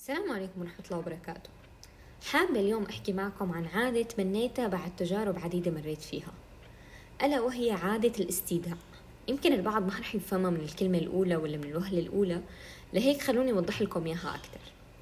السلام عليكم ورحمة الله وبركاته. حابة اليوم أحكي معكم عن عادة تبنيتها بعد تجارب عديدة مريت فيها، ألا وهي عادة الاستيداع. يمكن البعض ما رح يفهمها من الكلمة الأولى ولا من الوهلة الأولى، لهيك خلوني أوضح لكم إياها أكتر.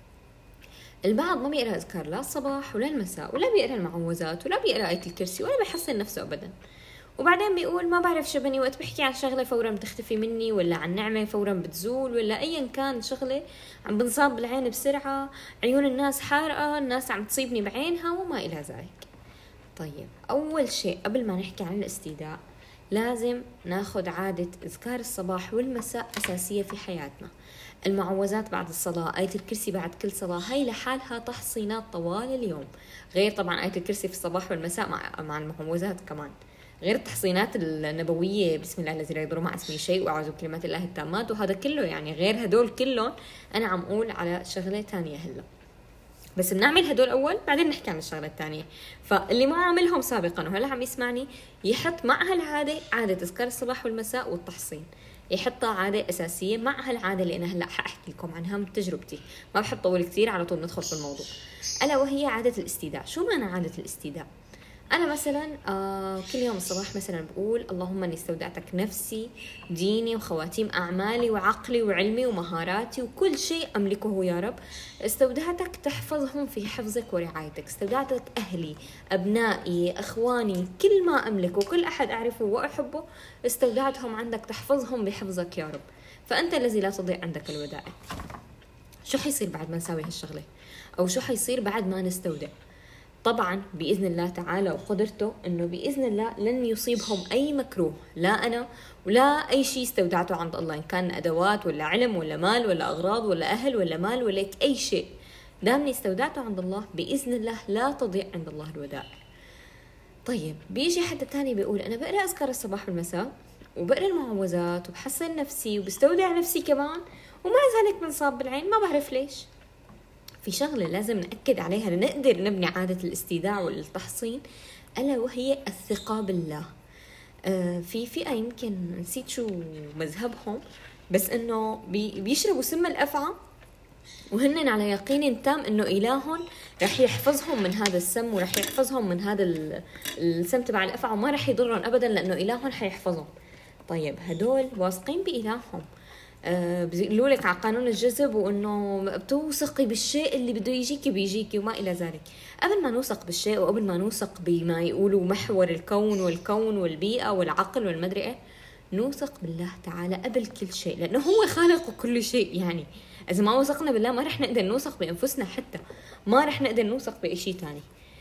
البعض ما بيقرأ أذكار لا الصباح ولا المساء، ولا بيقرأ المعوذات، ولا بيقرأ آية الكرسي، ولا بيحصن نفسه أبدا، وبعدين بيقول ما بعرف شو بني وقت بحكي عن شغلة فورا بتختفي مني، ولا عن نعمة فورا بتزول، ولا أيا كان شغلة عم بنصاب بالعين بسرعة، عيون الناس حارقة، الناس عم تصيبني بعينها وما إلى ذلك. طيب، أول شيء قبل ما نحكي عن الاستيداع لازم ناخد عادة إذكار الصباح والمساء أساسية في حياتنا. المعوذات بعد الصلاة، آية الكرسي بعد كل صلاة، هاي لحالها تحصينات طوال اليوم، غير طبعا آية الكرسي في الصباح والمساء مع المعوذات كمان، غير التحصينات النبوية بسم الله الذي لا يضر مع اسمه شيء وأعوذ بكلمات الله التامات، وهذا كله يعني غير هدول كلهم. أنا عم أقول على شغلة تانية هلا، بس بنعمل هدول أول بعدين نحكي عن الشغلة التانية. فاللي ما عملهم سابقا وهلا عم يسمعني يحط مع هالعادة عادة إذكار الصباح والمساء والتحصين، يحطها عادة أساسية مع هالعادة اللي أنا هلا حأحكي لكم عنها من تجربتي، ما بحب طول كتير، على طول ندخل في الموضوع. ألا وهي عادة الاستيداع. شو معنى عادة الاستيداع؟ أنا مثلا كل يوم الصباح مثلا بقول اللهم أني استودعتك نفسي، ديني، وخواتيم أعمالي، وعقلي، وعلمي، ومهاراتي، وكل شيء أملكه يا رب. استودعتك تحفظهم في حفظك ورعايتك. استودعتك أهلي، أبنائي، أخواني، كل ما أملك وكل أحد أعرفه وأحبه استودعتهم عندك تحفظهم بحفظك يا رب، فأنت الذي لا تضيع عندك الودائع. شو حيصير بعد ما نسوي هالشغلة؟ أو شو حيصير بعد ما نستودع؟ طبعا بإذن الله تعالى وقدرته أنه بإذن الله لن يصيبهم أي مكروه، لا أنا ولا أي شيء استودعته عند الله، إن كان أدوات ولا علم ولا مال ولا أغراض ولا أهل ولا مال ولا أي شيء، دامني استودعته عند الله بإذن الله لا تضيع عند الله الودائع. طيب، بيجي حد تاني بيقول أنا بقرأ أذكار الصباح والمساء، وبقرأ المعوذات، وبحسن نفسي، وبستودع نفسي كمان، ومع ذلك بنصاب بالعين، ما بعرف ليش. في شغلة لازم نأكد عليها لنقدر نبني عادة الاستيداع والتحصين، ألا وهي الثقة بالله. في فئة يمكن نسيت شو مذهبهم، بس إنه بيشربوا سم الأفعى وهن على يقين تام إنه إلههم رح يحفظهم من هذا السم، ورح يحفظهم من هذا السم تبع الأفعى، وما رح يضرهم أبدا لأنه إلههم حيحفظهم. طيب، هدول واثقين بإلههم، بيقولوا لك على قانون الجذب، وانه بتوثقي بالشيء اللي بده يجيكي بيجيكي وما الى ذلك. قبل ما نوثق بالشيء وقبل ما نوثق بما يقولوا محور الكون والبيئة والعقل والمدري ايه، نوثق بالله تعالى قبل كل شيء، لانه هو خالق كل شيء. يعني اذا ما وثقنا بالله ما رح نقدر نوثق بانفسنا، حتى ما رح نقدر نوثق باي شيء تاني.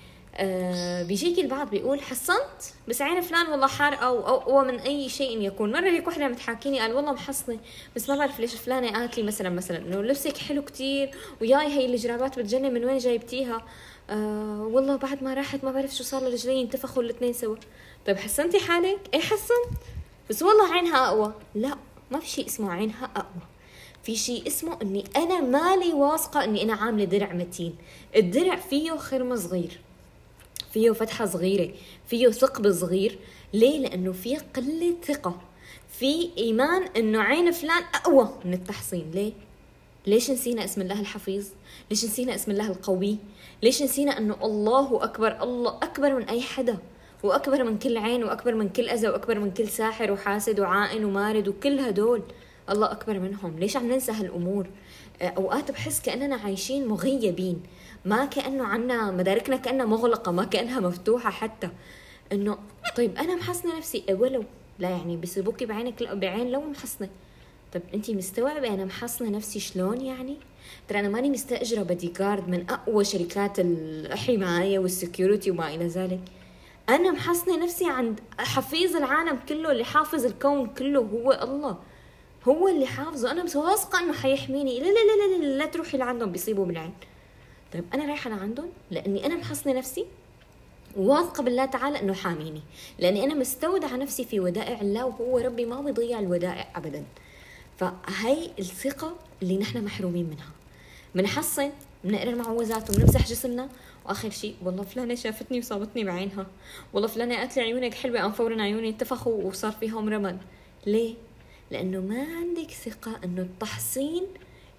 بيجيك البعض بيقول حصنت بس عين فلان والله حارقة أو أقوى من أي شيء يكون. مرة هيك وحدة متحاكيني قال والله محصنة بس ما بعرف ليش فلانة قالت لي مثلا إنه لبسك حلو كتير، وياي هي الجرابات بتجنن، من وين جايبتيها؟ والله بعد ما راحت ما بعرف شو صار لرجلي انتفخوا الاثنين سوا. طيب حسنتي حالك؟ ايه حسنت، بس والله عينها أقوى. لا، ما في شيء اسمه عينها أقوى، في شيء اسمه اني انا مالي واثقة اني انا عاملة درع متين. الدرع فيه خرم صغير، فيه فتحة صغيرة، فيه ثقب صغير. ليه؟ لأنه فيه قلة ثقة، في إيمان أنه عين فلان أقوى من التحصين. ليه؟ ليش نسينا اسم الله الحفيظ؟ ليش نسينا اسم الله القوي؟ ليش نسينا أنه الله أكبر، الله أكبر من أي حدا، وأكبر من كل عين، وأكبر من كل أذى، وأكبر من كل ساحر وحاسد وعائن ومارد، وكل هدول الله أكبر منهم. ليش عم ننسى هالأمور؟ أوقات بحس كأننا عايشين مغيبين، ما كأنه عنا مداركنا كأنها مغلقة، ما كأنها مفتوحة حتى. إنه طيب أنا محصنة نفسي، ولو لا يعني بيسيبوكي بعينك بعين لو محصنة. طيب أنتي مستوعبة أنا محصنة نفسي شلون؟ يعني ترى أنا ماني مستأجرة بدي جارد من أقوى شركات الحماية والسكيورتي وما إلى ذلك. أنا محصنة نفسي عند حفيظ العالم كله، اللي حافظ الكون كله هو الله، هو اللي حافظه. أنا بس واثقة إنه حيحميني. لا لا لا لا لا, لا تروحي لعندهم بيصيبوا بالعين. طيب أنا رايحة لعندهم لأني أنا محصنة نفسي واثقة بالله تعالى إنه حاميني، لأني أنا مستودعة نفسي في ودائع الله، وهو ربي ما بيضيع الودائع أبدا. فهي الثقة اللي نحن محرومين منها. منحصن، بنقرأ المعوذات وبنمسح جسمنا، وآخر شيء والله فلانة شافتني وصابتني بعينها، والله فلانة قالت لي عيونك حلوة، قام فورا عيوني انتفخوا وصار فيهم رمد. ليه؟ لأنه ما عندك ثقة إنه التحصين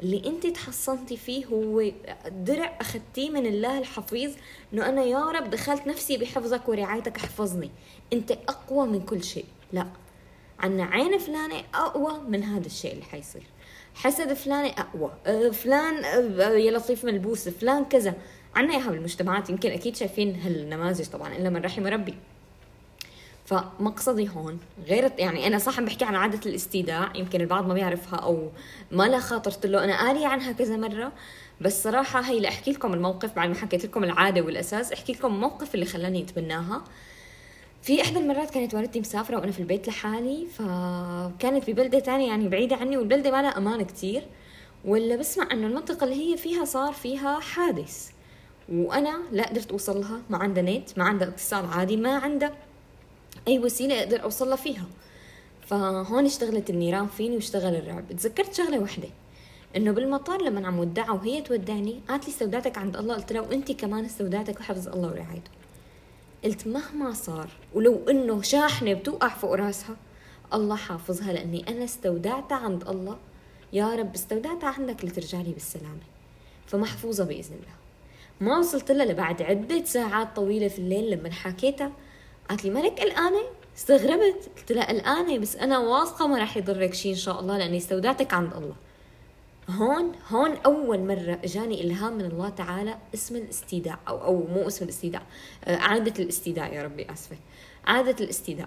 اللي انت تحصنتي فيه هو درع اخذتيه من الله الحفيظ، انه انا يا رب دخلت نفسي بحفظك ورعايتك، احفظني، انت اقوى من كل شيء. لا، عنا عين فلانة اقوى من هذا الشيء اللي حيصير، حسد فلانة اقوى، فلان يا لطيف ملبوس، فلان كذا. عنا اياها بالمجتمعات، يمكن اكيد شايفين هالنماذج طبعا الا من رحم ربي. فمقصدي هون غير يعني انا صح بحكي عن عاده الاستيداع، يمكن البعض ما بيعرفها او ما لا خاطرت له، انا قاري عنها كذا مره، بس صراحه هي لاحكي لكم الموقف بعد ما حكيت لكم العاده والاساس، احكي لكم الموقف اللي خلاني اتبناها. في احدى المرات كانت والدتي مسافره وانا في البيت لحالي، فكانت ببلده تانية يعني بعيده عني، والبلده ما لها امان كتير، ولا بسمع انه المنطقه اللي هي فيها صار فيها حادث، وانا لا قدرت اوصل لها، ما عندها نت، ما عندها اتصال عادي، ما عندها اي وسيله اقدر اوصل لها فيها. فهون اشتغلت النيران فيني واشتغل الرعب. تذكرت شغله وحده، انه بالمطار لما عم ودعها وهي تودعني قالت لي استودعتك عند الله، قلت لها وانت كمان استودعتك وحفظ الله ورعايته. قلت مهما صار ولو انه شاحنه بتوقع فوق راسها الله حافظها، لاني انا استودعتها عند الله، يا رب استودعتها عندك لترجع لي بالسلامه، فمحفوظه باذن الله. ما وصلت لها لبعد عده ساعات طويله في الليل لما حكيتها، قالت لي مالك قلقانه؟ استغربت، قلت لها قلقانه بس انا واثقه ما راح يضرك شيء ان شاء الله، لاني استودعتك عند الله. هون اول مره اجاني الهام من الله تعالى اسم الاستيداع، او مو اسم الاستيداع، عاده الاستيداع، يا ربي اسفه، عاده الاستيداع.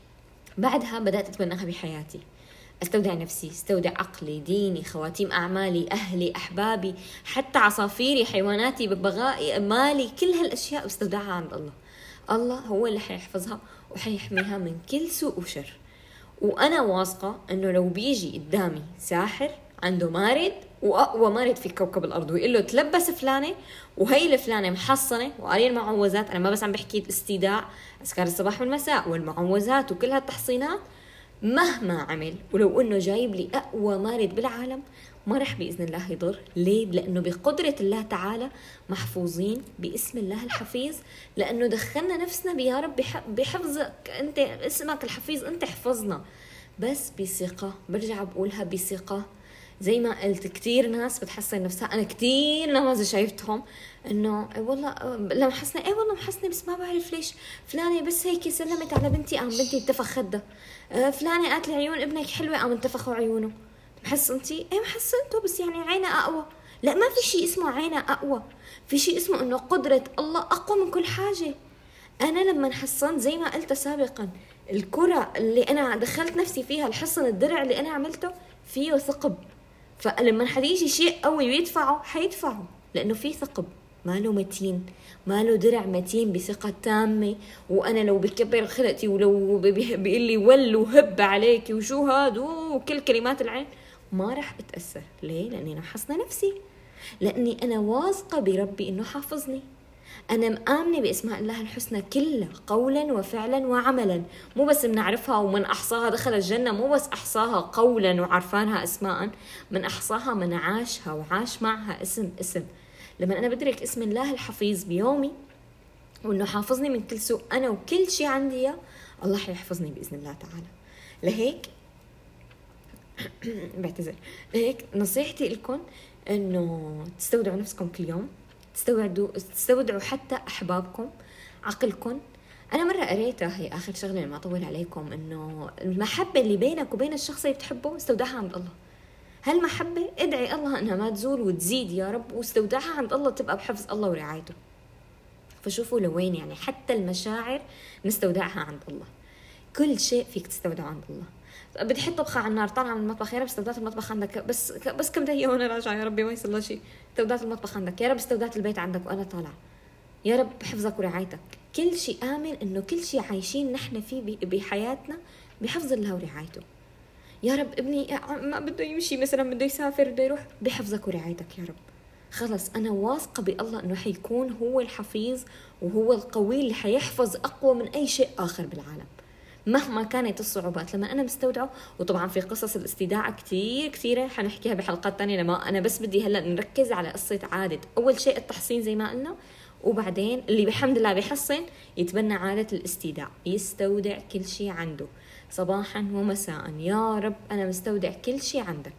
بعدها بدات اتبناها بحياتي، استودع نفسي، استودع عقلي، ديني، خواتيم اعمالي، اهلي، احبابي، حتى عصافيري، حيواناتي، ببغائي، مالي، كل هالاشياء بستودعها عند الله. الله هو اللي حيحفظها وحيحميها من كل سوء وشر. وانا واثقه انه لو بيجي قدامي ساحر عنده مارد واقوى مارد في كوكب الارض ويقول له تلبس فلانه وهي الفلانه محصنه وقاريه المعوذات، انا ما بس عم بحكي الاستيداع، اذكار الصباح والمساء والمعوذات وكل هالتحصينات، مهما عمل ولو انه جايب لي اقوى مارد بالعالم ما رح باذن الله يضر. ليه؟ لانه بقدره الله تعالى محفوظين باسم الله الحفيظ، لانه دخلنا نفسنا بيا رب بحفظك انت، اسمك الحفيظ، انت حفظنا، بس بثقه. برجع بقولها بثقه. زي ما قلت كتير ناس بتحسن نفسها، انا كتير نماذج شايفتهم انه والله لما حسنه والله محسنه بس ما بعرف ليش فلانه بس هيك سلمت على بنتي قام بنتي انتفخ خدها، فلانه قالت لي عيون ابنك حلوه قام انتفخوا عيونه. محسنتي؟ محسنته بس يعني عينه اقوى. لا، ما في شيء اسمه عينه اقوى، في شيء اسمه انه قدره الله اقوى من كل حاجه. انا لما حصنت زي ما قلت سابقا، الكره اللي انا دخلت نفسي فيها، الحصن الدرع اللي انا عملته فيه ثقب، فلما حيجي شيء قوي ويدفعه حيدفعه، لانه في ثقب، ماله متين، ماله درع متين بثقة تامة. وانا لو بكبر خلقتي ولو بيقول لي ول وهب عليك وشو هاد وكل كلمات العين ما راح اتأثر. ليه؟ لاني انا حصنة نفسي، لاني انا واثقة بربي انه حافظني، أنا مآمنة باسماء الله الحسنى كلها قولا وفعلا وعملا، مو بس بنعرفها ومن أحصاها دخل الجنة، مو بس أحصاها قولا وعرفانها أسماء، من أحصاها من عاشها وعاش معها اسم. لما أنا بدرك اسم الله الحفيظ بيومي وأنه حافظني من كل سوء، أنا وكل شيء عندي الله حيحفظني بإذن الله تعالى. لهيك بعتذر، لهيك نصيحتي لكم أنه تستودعوا نفسكم كل يوم، تستودعوا حتى أحبابكم، عقلكم. أنا مرة قريتها، هي آخر شغلة ما أطول عليكم، إنه المحبة اللي بينك وبين الشخص اللي بتحبه استودعها عند الله. هالمحبة ادعي الله إنها ما تزول وتزيد يا رب، واستودعها عند الله تبقى بحفظ الله ورعايته. فشوفوا لوين يعني حتى المشاعر نستودعها عند الله، كل شيء فيك تستودعه عند الله. بدي احط طبخه على النار، طالعه من المطبخ، يا رب استودعت المطبخ عندك بس كم دقيقه وانا راجعه، يا ربي ما يصير لها شيء. استودعت المطبخ عندك، يا رب استودعت البيت عندك وانا طالعه، يا رب بحفظك ورعايتك. كل شيء آمن انه كل شيء عايشين نحن فيه بحياتنا بحفظ الله ورعايته. يا رب ابني ما بده يمشي مثلا، بده يسافر، بده يروح، بحفظك ورعايتك يا رب. خلص انا واثقه بالله انه حيكون هو الحفيظ وهو القوي اللي حيحفظ اقوى من اي شيء اخر بالعالم مهما كانت الصعوبات. لما أنا مستودعه، وطبعا في قصص الاستيداع كثيرة حنحكيها بحلقات تانية، لما أنا بس بدي هلأ نركز على قصة عادة أول شيء التحصين زي ما قلنا، وبعدين اللي بحمد الله بيحصن يتبنى عادة الاستيداع، يستودع كل شيء عنده صباحا ومساء. يا رب أنا مستودع كل شيء عندك،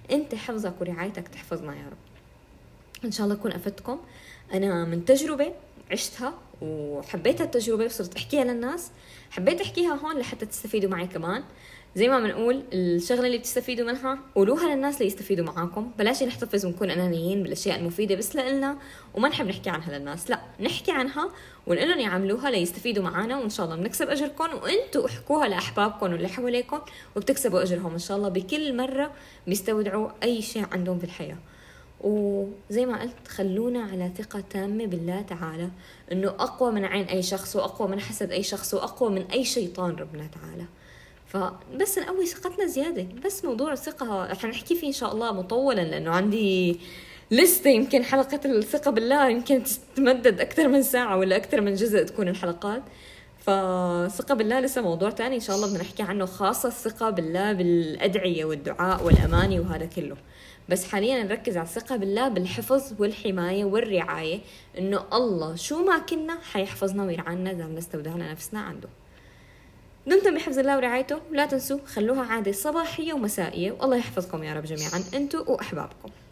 أنت حفظك ورعايتك تحفظنا يا رب. إن شاء الله أكون أفدتكم. أنا من تجربة عشتها وحبيت التجربة وصرت أحكيها للناس، حبيت أحكيها هون لحتى تستفيدوا معي كمان. زي ما بنقول الشغلة اللي بتستفيدوا منها قولوها للناس اللي يستفيدوا معاكم. بلاش نحتفظ ونكون أنانيين بالأشياء المفيدة بس لإلنا وما نحب نحكي عنها للناس، لا نحكي عنها ونقول لهم يعملوها ليستفيدوا معنا، وإن شاء الله بنكسب أجركم وإنتوا احكوها لأحبابكم واللي حواليكم وبتكسبوا أجرهم إن شاء الله بكل مرة بيستودعوا أي شيء عندهم في الحياة. وزي ما قلت خلونا على ثقة تامة بالله تعالى إنه أقوى من عين أي شخص وأقوى من حسد أي شخص وأقوى من أي شيطان ربنا تعالى. فبس نقوي ثقتنا زيادة. بس موضوع الثقة رح نحكي فيه إن شاء الله مطولا، لأنه عندي لستة يمكن حلقة الثقة بالله يمكن تتمدد أكثر من ساعة ولا أكثر من جزء تكون الحلقات. فثقة بالله لسه موضوع تاني إن شاء الله بدنا نحكي عنه، خاصة الثقة بالله بالأدعية والدعاء والأماني وهذا كله. بس حاليا نركز على الثقة بالله بالحفظ والحماية والرعاية، إنه الله شو ما كنا حيحفظنا ويرعانا إذا بنستودعنا نفسنا عنده. دمتم بحفظ الله ورعايته، لا تنسوا خلوها عادة صباحية ومسائية، والله يحفظكم يا رب جميعا أنتوا وأحبابكم.